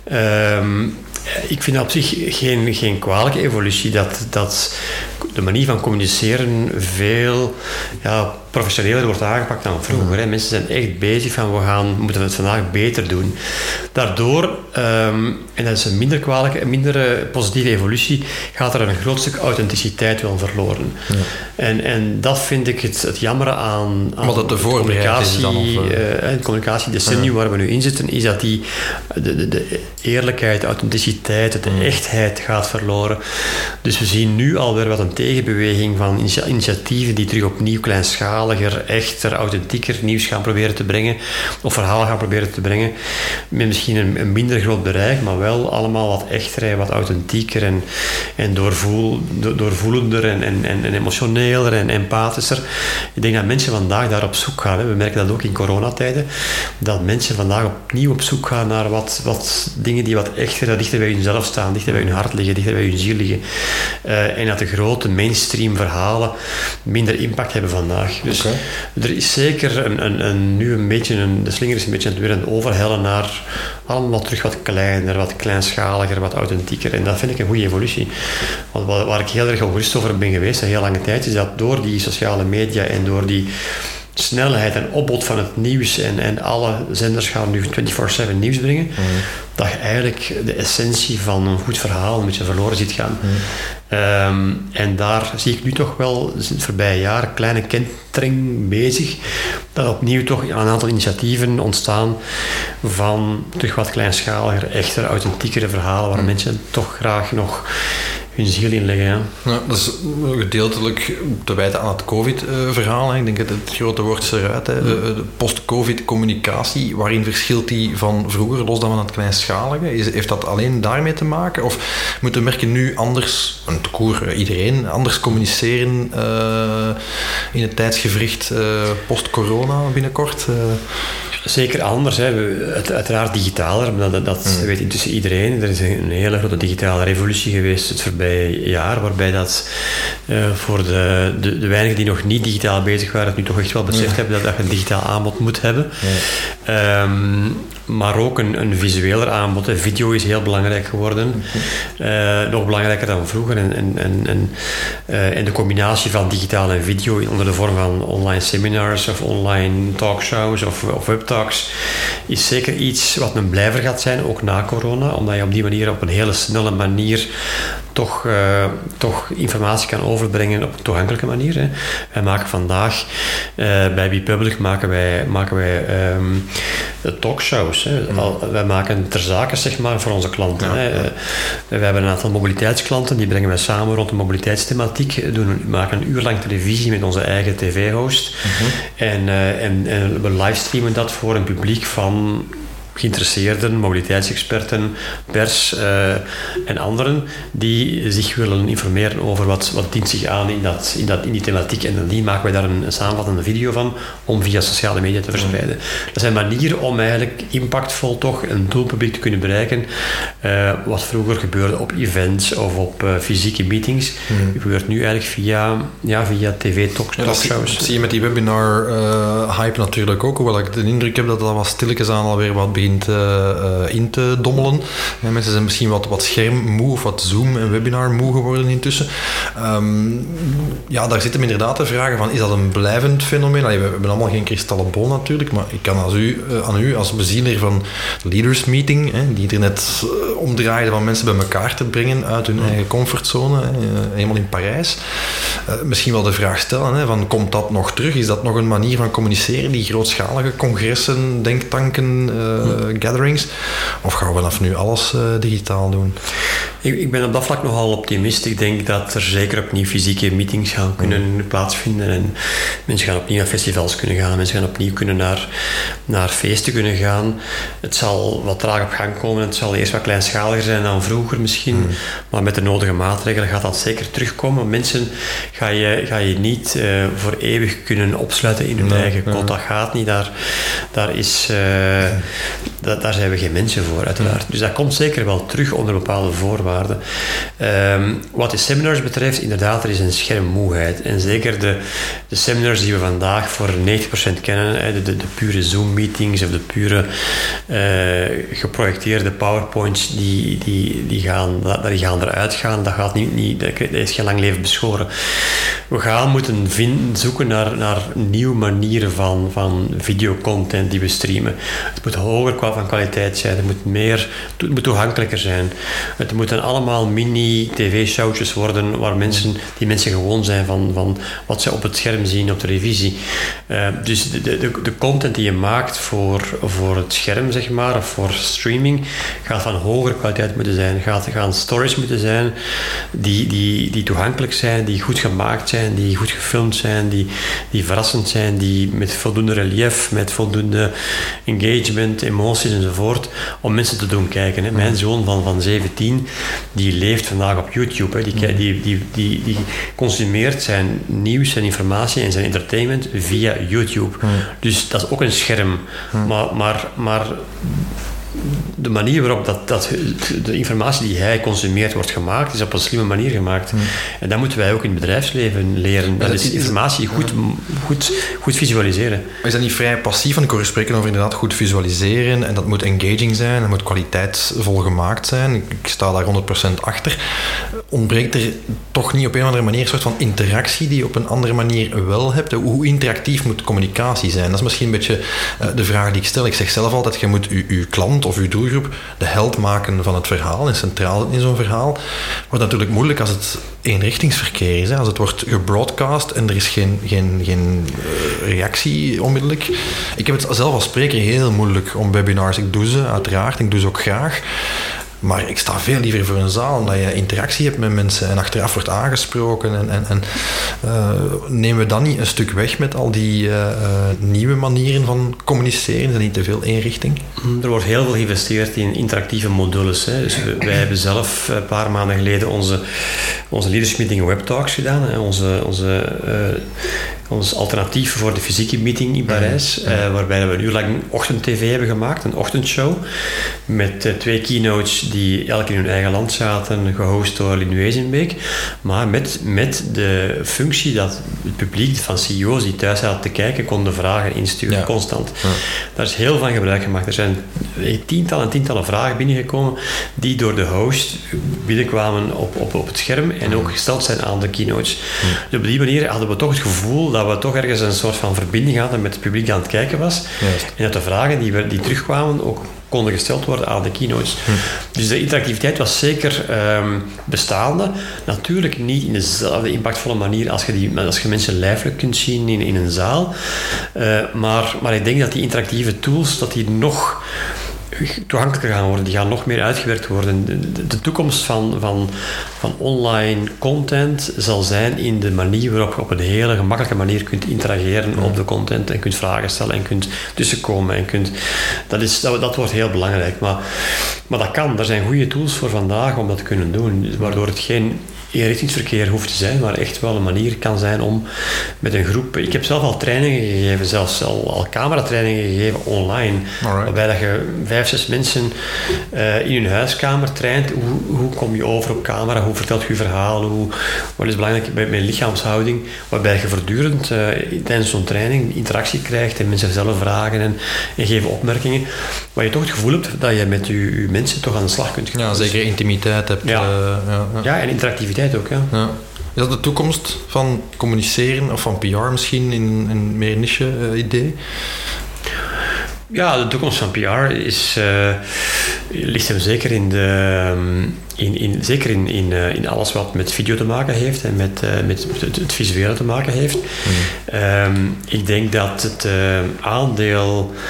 Um, ik vind op zich geen, geen kwalijke evolutie dat, dat de manier van communiceren veel ja, professioneler wordt aangepakt dan vroeger. Hè. Mensen zijn echt bezig van we gaan, we moeten het vandaag beter doen. Daardoor, um, en dat is een minder kwalijke, een minder positieve evolutie, gaat er een groot stuk authenticiteit wel verloren. Ja. En, en dat vind ik het, het jammere aan, aan dat de communicatie, dan, of, uh... uh, communicatie decennium ja. waar we nu in zitten, is dat die de, de, de eerlijkheid, de authenticiteit, de mm. echtheid gaat verloren. Dus we zien nu alweer wat een tegenbeweging van initiatieven die terug opnieuw kleinschaliger, echter, authentieker nieuws gaan proberen te brengen, of verhalen gaan proberen te brengen, met misschien een, een minder groot bereik, maar wel allemaal wat echter en wat authentieker en, en doorvoel, do, doorvoelender en, en, en, en emotioneler en empathischer. Ik denk dat mensen vandaag daar op zoek gaan. Hè. We merken dat ook in coronatijden, dat mensen vandaag opnieuw op zoek gaan naar wat, wat dingen die wat echter, dichter bij hunzelf staan, dichter bij hun hart liggen, dichter bij hun ziel liggen. Uh, en dat de grote mainstream verhalen minder impact hebben vandaag. Dus okay. er is zeker een, een, een, nu een beetje, een, de slinger is een beetje weer een overhellen naar allemaal terug wat kleiner, wat kleinschaliger, wat authentieker. En dat vind ik een goede evolutie. Want waar, waar ik heel erg ongerust over ben geweest, een heel lange tijd, is dat door die sociale media en door die snelheid en opbod van het nieuws en, en alle zenders gaan nu vierentwintig zeven nieuws brengen, mm. dat je eigenlijk de essentie van een goed verhaal een beetje verloren ziet gaan. Mm. Um, en daar zie ik nu toch wel het voorbije jaar een kleine kentering bezig, dat opnieuw toch een aantal initiatieven ontstaan van terug wat kleinschaliger, echter, authentiekere verhalen waar mm. mensen toch graag nog hun ziel in leggen. Ja. Ja, dat is gedeeltelijk te wijten aan het COVID-verhaal. Ik denk dat het grote woord is eruit. Hè. De, de post-COVID-communicatie, waarin verschilt die van vroeger, los dan van het kleinschalige? Is, heeft dat alleen daarmee te maken? Of moeten merken nu anders, en te koer, iedereen, anders communiceren uh, in het tijdsgevricht uh, post-corona binnenkort? Uh, Zeker anders. Hè. Uit, uiteraard digitaler, maar dat, dat mm. weet intussen iedereen. Er is een hele grote digitale revolutie geweest het voorbije jaar, waarbij dat uh, voor de, de, de weinigen die nog niet digitaal bezig waren, het nu toch echt wel beseft mm. hebben dat, dat je een digitaal aanbod moet hebben. Mm. Um, maar ook een, een visueler aanbod. Hè. Video is heel belangrijk geworden. Mm-hmm. Uh, nog belangrijker dan vroeger. En, en, en, en, uh, en de combinatie van digitaal en video onder de vorm van online seminars of online talkshows of, of webtalks is zeker iets wat een blijver gaat zijn, ook na corona, omdat je op die manier op een hele snelle manier toch, uh, toch informatie kan overbrengen op een toegankelijke manier. Hè. Wij maken vandaag uh, bij BePublic maken wij, maken wij um, talkshows. Hè. Mm. Al, wij maken ter zake, zeg maar, voor onze klanten. Ja, hè. Ja. Uh, we hebben een aantal mobiliteitsklanten, die brengen wij samen rond de mobiliteitsthematiek, doen, maken een uur lang televisie met onze eigen tv-host. Mm-hmm. En, uh, en, en we livestreamen dat voor een publiek van geïnteresseerden, mobiliteitsexperten, pers uh, en anderen die zich willen informeren over wat, wat dient zich aan in, dat, in, dat, in die thematiek. En dan die maken wij daar een, een samenvattende video van om via sociale media te verspreiden. Mm. Dat zijn manieren om eigenlijk impactvol toch een doelpubliek te kunnen bereiken. Uh, wat vroeger gebeurde op events of op uh, fysieke meetings, mm. gebeurt nu eigenlijk via, ja, via tv-talkshows. Ja, dat zie, zie je met die webinar-hype uh, natuurlijk ook, hoewel ik de indruk heb dat dat wat stilletjes aan alweer wat begint Uh, uh, in te dommelen. Ja, mensen zijn misschien wat, wat schermmoe of wat Zoom en webinar moe geworden intussen. Um, ja, daar zitten inderdaad de vragen van, is dat een blijvend fenomeen? Allee, we hebben allemaal geen kristallen bol natuurlijk, maar ik kan als u, uh, aan u als bezieler van Leaders Meeting, hè, die er net uh, omdraaide van mensen bij elkaar te brengen uit hun eigen comfortzone, hè, uh, helemaal in Parijs, uh, misschien wel de vraag stellen, hè, van, komt dat nog terug? Is dat nog een manier van communiceren? Die grootschalige congressen, denktanken, uh, gatherings? Of gaan we vanaf nu alles uh, digitaal doen? Ik, ik ben op dat vlak nogal optimist. Ik denk dat er zeker opnieuw fysieke meetings gaan kunnen mm. plaatsvinden. En mensen gaan opnieuw naar festivals kunnen gaan. Mensen gaan opnieuw kunnen naar, naar feesten kunnen gaan. Het zal wat traag op gang komen. Het zal eerst wat kleinschaliger zijn dan vroeger misschien. Mm. Maar met de nodige maatregelen gaat dat zeker terugkomen. Mensen ga je, ga je niet uh, voor eeuwig kunnen opsluiten in hun nee, eigen kot. Nee. Dat gaat niet. Daar, daar, is, uh, da, daar zijn we geen mensen voor, uiteraard. Mm. Dus dat komt zeker wel terug onder bepaalde voorwaarden. Um, wat de seminars betreft, inderdaad, er is een schermmoeheid. En zeker de, de seminars die we vandaag voor negentig procent kennen, de, de, de pure Zoom-meetings of de pure uh, geprojecteerde PowerPoints, die, die, die, gaan, die gaan eruit gaan. Dat, gaat niet, niet, dat is geen lang leven beschoren. We gaan moeten vinden, zoeken naar, naar nieuwe manieren van, van videocontent die we streamen. Het moet hoger qua van kwaliteit zijn, het moet meer, het moet toegankelijker zijn. Het moeten allemaal mini-tv-showtjes worden waar mensen, die mensen gewoon zijn van, van wat ze op het scherm zien op televisie. Uh, dus de, de, de content die je maakt voor, voor het scherm, zeg maar, of voor streaming, gaat van hogere kwaliteit moeten zijn. Gaat, gaan stories moeten zijn die, die, die toegankelijk zijn, die goed gemaakt zijn, die goed gefilmd zijn, die, die verrassend zijn, die met voldoende relief, met voldoende engagement, emoties enzovoort, om mensen te doen kijken. Hè. Mijn zoon van, van zeventien, die leeft vandaag op YouTube. Hè. Die, die, die, die, die consumeert zijn nieuws, zijn informatie en zijn entertainment via YouTube. Mm. Dus dat is ook een scherm. Mm. Maar, maar, maar de manier waarop dat, dat de informatie die hij consumeert wordt gemaakt, is op een slimme manier gemaakt. Mm. En dat moeten wij ook in het bedrijfsleven leren. Dat is informatie goed, goed, goed visualiseren. Is dat niet vrij passief? Want ik hoor spreken over inderdaad goed visualiseren en dat moet engaging zijn, dat moet kwaliteitsvol gemaakt zijn. Ik sta daar honderd procent achter. Ontbreekt er toch niet op een of andere manier een soort van interactie die je op een andere manier wel hebt? Hoe interactief moet communicatie zijn? Dat is misschien een beetje de vraag die ik stel. Ik zeg zelf altijd, je moet je, je klant of uw doelgroep de held maken van het verhaal en centraal in zo'n verhaal. Wordt natuurlijk moeilijk als het eenrichtingsverkeer is. Hè. Als het wordt gebroadcast en er is geen, geen, geen uh, reactie onmiddellijk. Ik heb het zelf als spreker heel moeilijk om webinars. Ik doe ze uiteraard, ik doe ze ook graag. Maar ik sta veel liever voor een zaal, omdat je interactie hebt met mensen en achteraf wordt aangesproken. En, en, en uh, nemen we dan niet een stuk weg met al die uh, uh, nieuwe manieren van communiceren? Is dat niet te veel eenrichting? Er wordt heel veel geïnvesteerd in interactieve modules. Hè. Dus we, wij hebben zelf een paar maanden geleden onze, onze Leadership Meeting Webtalks gedaan. Hè. Onze... onze uh, ons alternatief voor de fysieke meeting in Parijs, mm-hmm. uh, waarbij we een uur lang ochtend-tv hebben gemaakt, een ochtendshow, met uh, twee keynotes die elk in hun eigen land zaten, gehost door Lin Wezenbeek, maar met, met de functie dat het publiek van C E O's die thuis zaten te kijken, konden vragen insturen, ja. constant. Ja. Daar is heel van gebruik gemaakt. Er zijn tientallen en tientallen vragen binnengekomen die door de host binnenkwamen op, op, op het scherm en ook gesteld zijn aan de keynotes. Mm. Dus op die manier hadden we toch het gevoel dat we toch ergens een soort van verbinding hadden met het publiek dat aan het kijken was. Juist. En dat de vragen die, we, die terugkwamen ook konden gesteld worden aan de keynotes. Hm. Dus de interactiviteit was zeker um, bestaande. Natuurlijk niet in dezelfde impactvolle manier als je, die, als je mensen lijfelijk kunt zien in, in een zaal. Uh, maar, maar ik denk dat die interactieve tools dat die nog toegankelijker gaan worden, die gaan nog meer uitgewerkt worden. De, de, de toekomst van, van, van online content zal zijn in de manier waarop je op een hele gemakkelijke manier kunt interageren ja. op de content en kunt vragen stellen en kunt tussenkomen. En kunt, dat, is, dat, dat wordt heel belangrijk. Maar, maar dat kan. Er zijn goede tools voor vandaag om dat te kunnen doen, waardoor het geen eenrichtingsverkeer hoeft te zijn, maar echt wel een manier kan zijn om met een groep... Ik heb zelf al trainingen gegeven, zelfs al, al cameratrainingen gegeven online, Alright. waarbij dat je vijf, zes mensen uh, in hun huiskamer traint. Hoe, hoe kom je over op camera? Hoe vertelt je je verhaal? Hoe, wat is belangrijk bij mijn lichaamshouding? Waarbij je voortdurend uh, tijdens zo'n training interactie krijgt en mensen zelf vragen en, en geven opmerkingen. Waar je toch het gevoel hebt dat je met je, je mensen toch aan de slag kunt gaan. Ja, zeker intimiteit hebt. Ja, uh, ja, ja. ja en interactiviteit ook, ja. ja. Is dat de toekomst van communiceren of van P R misschien in een meer niche uh, idee? Ja, de toekomst van P R is, uh, ligt hem zeker in de, in, in, zeker in, in, uh, in alles wat met video te maken heeft en met, uh, met het, het visuele te maken heeft. Mm. Um, ik denk dat het uh, aandeel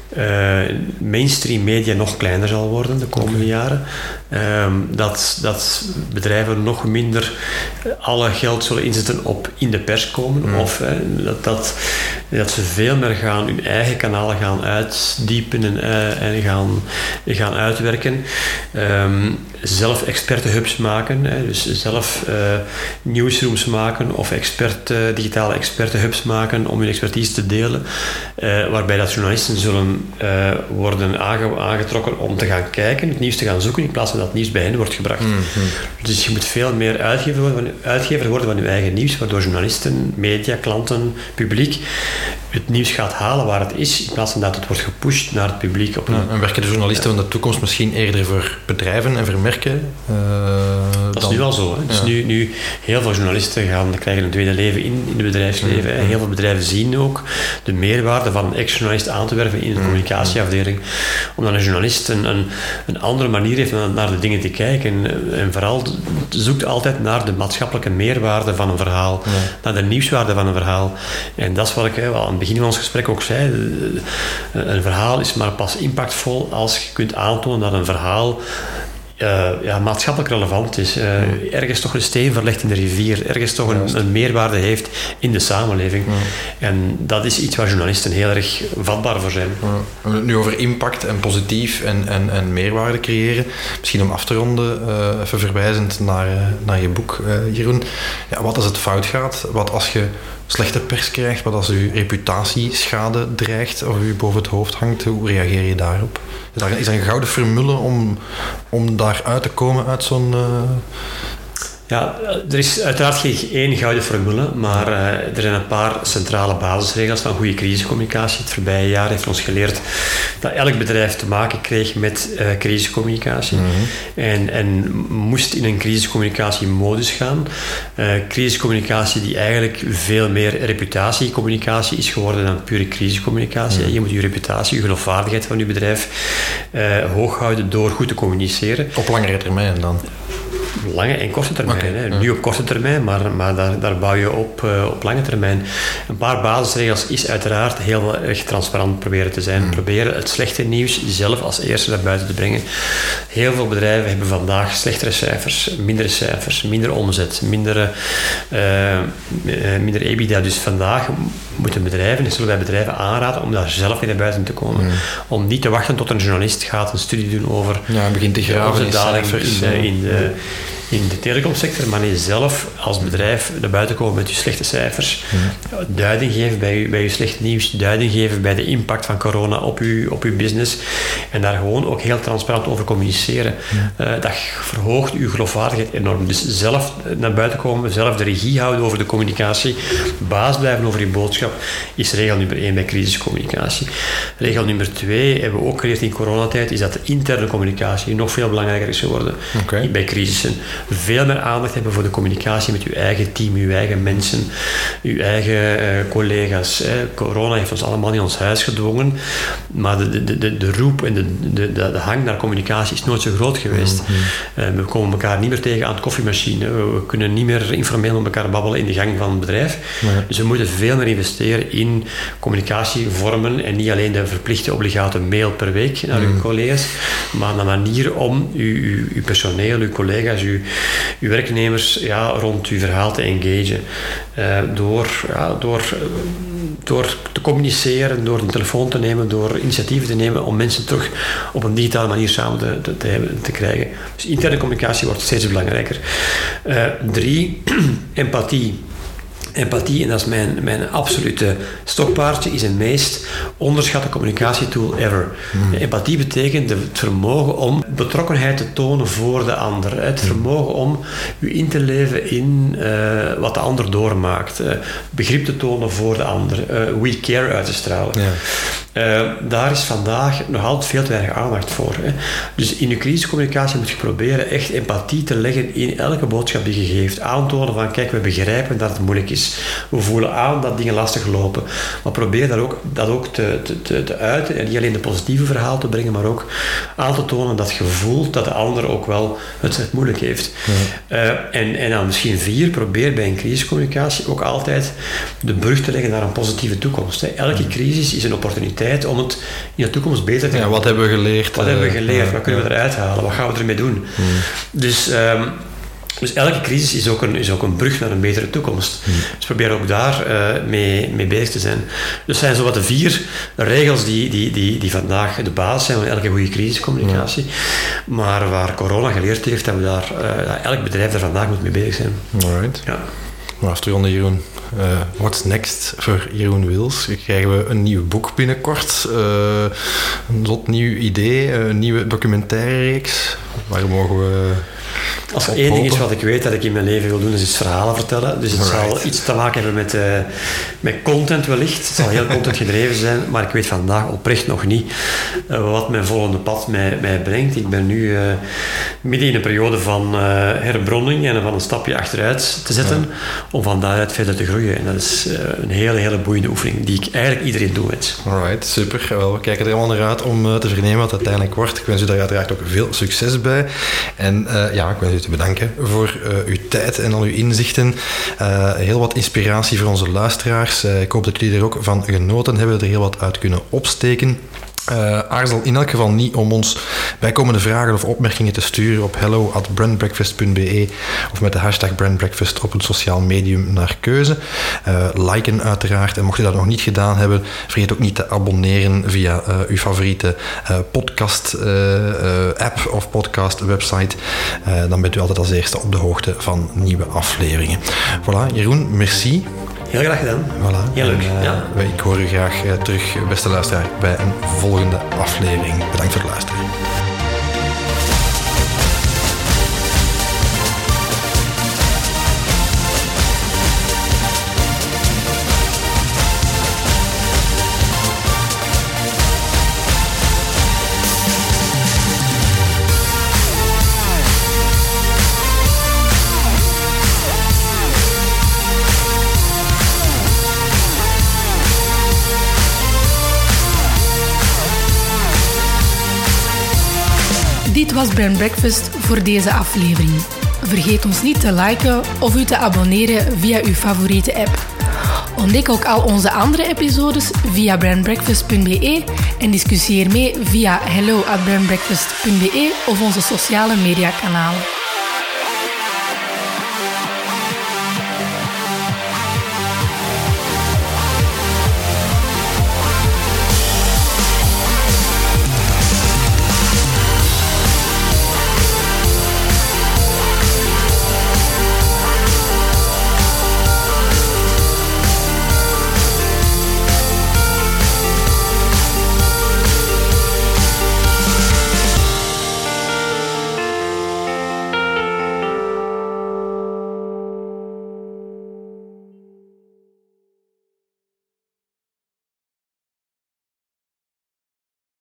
uh, mainstream media nog kleiner zal worden de komende okay. jaren. Um, dat, dat bedrijven nog minder alle geld zullen inzetten op in de pers komen. Mm. Of uh, dat, dat, dat ze veel meer gaan hun eigen kanalen gaan uitdiepen en, uh, en gaan, gaan uitwerken. Um, zelf expertenhubs maken. Hè, dus zelf uh, newsrooms maken of expert, uh, digitale expertenhubs maken om hun expertise te delen. Uh, waarbij dat journalisten zullen uh, worden aange- aangetrokken om te gaan kijken, het nieuws te gaan zoeken in plaats van dat het nieuws bij hen wordt gebracht. Mm-hmm. Dus je moet veel meer uitgever worden, uitgever worden van je eigen nieuws, waardoor journalisten, media, klanten, publiek het nieuws gaat halen waar het is, in plaats van dat het wordt gepusht naar het publiek. Op een, ja, en werken de journalisten ja. van de toekomst misschien eerder voor bedrijven en voor merken? Uh, dat dan... is nu al zo. Hè. Dus ja. nu, nu heel veel journalisten gaan, krijgen een tweede leven in, in het bedrijfsleven. Mm. Heel veel bedrijven zien ook de meerwaarde van een ex-journalist aan te werven in de mm. communicatieafdeling. Omdat een journalist een, een, een andere manier heeft naar, naar de dingen te kijken. En, en vooral zoekt altijd naar de maatschappelijke meerwaarde van een verhaal. Ja. Naar de nieuwswaarde van een verhaal. En dat is wat ik hè, wel aan het begin van ons gesprek ook zei. Een verhaal is maar pas impactvol als je kunt aantonen dat een verhaal Uh, ja, maatschappelijk relevant is. Uh, mm. Ergens toch een steen verlegt in de rivier. Ergens toch een, een meerwaarde heeft in de samenleving. Mm. En dat is iets waar journalisten heel erg vatbaar voor zijn. Mm. We hebben het nu over impact en positief en, en, en meerwaarde creëren. Misschien om af te ronden, uh, even verwijzend naar, uh, naar je boek, uh, Jeroen. Ja, wat als het fout gaat? Wat als je slechte pers krijgt? Wat als je reputatieschade dreigt of u boven het hoofd hangt? Hoe reageer je daarop? Is dat, is dat een gouden formule om, om daar uit te komen uit zo'n... Uh... Ja, er is uiteraard geen één gouden formule, maar uh, er zijn een paar centrale basisregels van goede crisiscommunicatie. Het voorbije jaar heeft ons geleerd dat elk bedrijf te maken kreeg met uh, crisiscommunicatie. Mm-hmm. En, en moest in een crisiscommunicatiemodus gaan. Uh, crisiscommunicatie die eigenlijk veel meer reputatiecommunicatie is geworden dan pure crisiscommunicatie. Mm-hmm. Je moet je reputatie, je geloofwaardigheid van je bedrijf uh, hoog houden door goed te communiceren. Op langere termijn dan? Lange en korte termijn. Okay, hè. Ja. Nu op korte termijn, maar, maar daar, daar bouw je op uh, op lange termijn. Een paar basisregels is uiteraard heel erg transparant proberen te zijn. Mm. Proberen het slechte nieuws zelf als eerste naar buiten te brengen. Heel veel bedrijven hebben vandaag slechtere cijfers, mindere cijfers, minder omzet, minder, uh, uh, minder EBITDA. Dus vandaag moeten bedrijven, en zullen wij bedrijven aanraden om daar zelf mee naar buiten te komen. Mm. Om niet te wachten tot een journalist gaat een studie doen over ja, begint te graven de daling in de, in de in de telecomsector, maar niet zelf als bedrijf naar buiten komen met je slechte cijfers. Ja. Duiding geven bij je, bij je slecht nieuws, duiding geven bij de impact van corona op je, op je business en daar gewoon ook heel transparant over communiceren. Ja. Uh, dat verhoogt je geloofwaardigheid enorm. Dus zelf naar buiten komen, zelf de regie houden over de communicatie, baas blijven over je boodschap, is regel nummer één bij crisiscommunicatie. Regel nummer twee, hebben we ook geleerd in coronatijd, is dat de interne communicatie nog veel belangrijker is geworden okay. bij crisissen. Veel meer aandacht hebben voor de communicatie met uw eigen team, uw eigen mensen, uw eigen uh, collega's. Hè. Corona heeft ons allemaal in ons huis gedwongen, maar de, de, de, de roep en de, de, de, de hang naar communicatie is nooit zo groot geweest. Mm-hmm. Uh, we komen elkaar niet meer tegen aan de koffiemachine. We, we kunnen niet meer informeel met elkaar babbelen in de gang van het bedrijf. Nee. Dus we moeten veel meer investeren in communicatievormen en niet alleen de verplichte obligate mail per week naar mm. uw collega's, maar een manier om uw, uw, uw personeel, uw collega's, uw uw werknemers ja, rond uw verhaal te engagen. Uh, door, ja, door, door te communiceren, door een telefoon te nemen, door initiatieven te nemen om mensen terug op een digitale manier samen te, te, te, te krijgen. Dus interne communicatie wordt steeds belangrijker. Uh, drie, empathie. Empathie, en dat is mijn, mijn absolute stokpaardje, is een meest onderschatte communicatietool ever. Mm. Empathie betekent het vermogen om betrokkenheid te tonen voor de ander. Het vermogen om u in te leven in uh, wat de ander doormaakt. Uh, begrip te tonen voor de ander. Uh, we care uit te stralen. Ja. Uh, daar is vandaag nog altijd veel te weinig aandacht voor. Hè. Dus in je crisiscommunicatie moet je proberen echt empathie te leggen in elke boodschap die je geeft. Aantonen van, kijk, we begrijpen dat het moeilijk is. We voelen aan dat dingen lastig lopen. Maar probeer dat ook, dat ook te, te, te uiten en niet alleen de positieve verhaal te brengen, maar ook aan te tonen dat je voelt dat de ander ook wel het, het moeilijk heeft. Ja. Uh, en, en dan misschien vier, probeer bij een crisiscommunicatie ook altijd de brug te leggen naar een positieve toekomst. Hè. Elke crisis is een opportuniteit flexibiliteit om het in de toekomst beter te ja, gaan wat hebben we geleerd? Wat uh, hebben we geleerd? Uh, wat kunnen we eruit halen? Wat gaan we ermee doen? Hmm. Dus... Um, Dus elke crisis is ook een, is ook een brug naar een betere toekomst. Hmm. Dus probeer ook daar uh, mee, mee bezig te zijn. Dus zijn zo wat de vier regels die, die, die, die vandaag de basis zijn van elke goede crisiscommunicatie. Ja. Maar waar corona geleerd heeft, dat we daar, uh, elk bedrijf daar vandaag moet mee bezig zijn. Alright. Ja. Maar af te ronden, Jeroen. Uh, what's next voor Jeroen Wils? Krijgen we een nieuw boek binnenkort? Uh, een zot nieuw idee? Een nieuwe documentaire-reeks? Waar mogen we... Als er één ding is wat ik weet dat ik in mijn leven wil doen, is, is verhalen vertellen. Dus het Alright. zal iets te maken hebben met, uh, met content wellicht. Het zal heel content gedreven zijn, maar ik weet vandaag oprecht nog niet uh, wat mijn volgende pad mij, mij brengt. Ik ben nu uh, midden in een periode van uh, herbronning en van een stapje achteruit te zetten, ja. om van daaruit verder te groeien. En dat is uh, een hele, hele boeiende oefening die ik eigenlijk iedereen doet. Alright, super. Wel, we kijken er allemaal naar uit om uh, te vernemen wat het uiteindelijk wordt. Ik wens u daar uiteraard ook veel succes bij. En uh, ja, ik wens u te bedanken voor uh, uw tijd en al uw inzichten. Uh, heel wat inspiratie voor onze luisteraars. Uh, ik hoop dat jullie er ook van genoten hebben, er heel wat uit kunnen opsteken. Uh, aarzel in elk geval niet om ons bijkomende vragen of opmerkingen te sturen op hello at brandbreakfast punt be of met de hashtag brandbreakfast op een sociaal medium naar keuze. Uh, liken uiteraard. En mocht je dat nog niet gedaan hebben, vergeet ook niet te abonneren via uh, uw favoriete uh, podcast uh, uh, app of podcast website. Uh, dan bent u altijd als eerste op de hoogte van nieuwe afleveringen. Voilà, Jeroen, merci. Heel graag gedaan. Voilà. Heel leuk. En, uh, ja. Ik hoor u graag uh, terug, beste luisteraar, bij een volgende aflevering. Bedankt voor het luisteren. Dit was Brand Breakfast voor deze aflevering. Vergeet ons niet te liken of u te abonneren via uw favoriete app. Ontdek ook al onze andere episodes via brandbreakfast punt be en discussieer mee via hello at brandbreakfast punt be of onze sociale mediakanalen.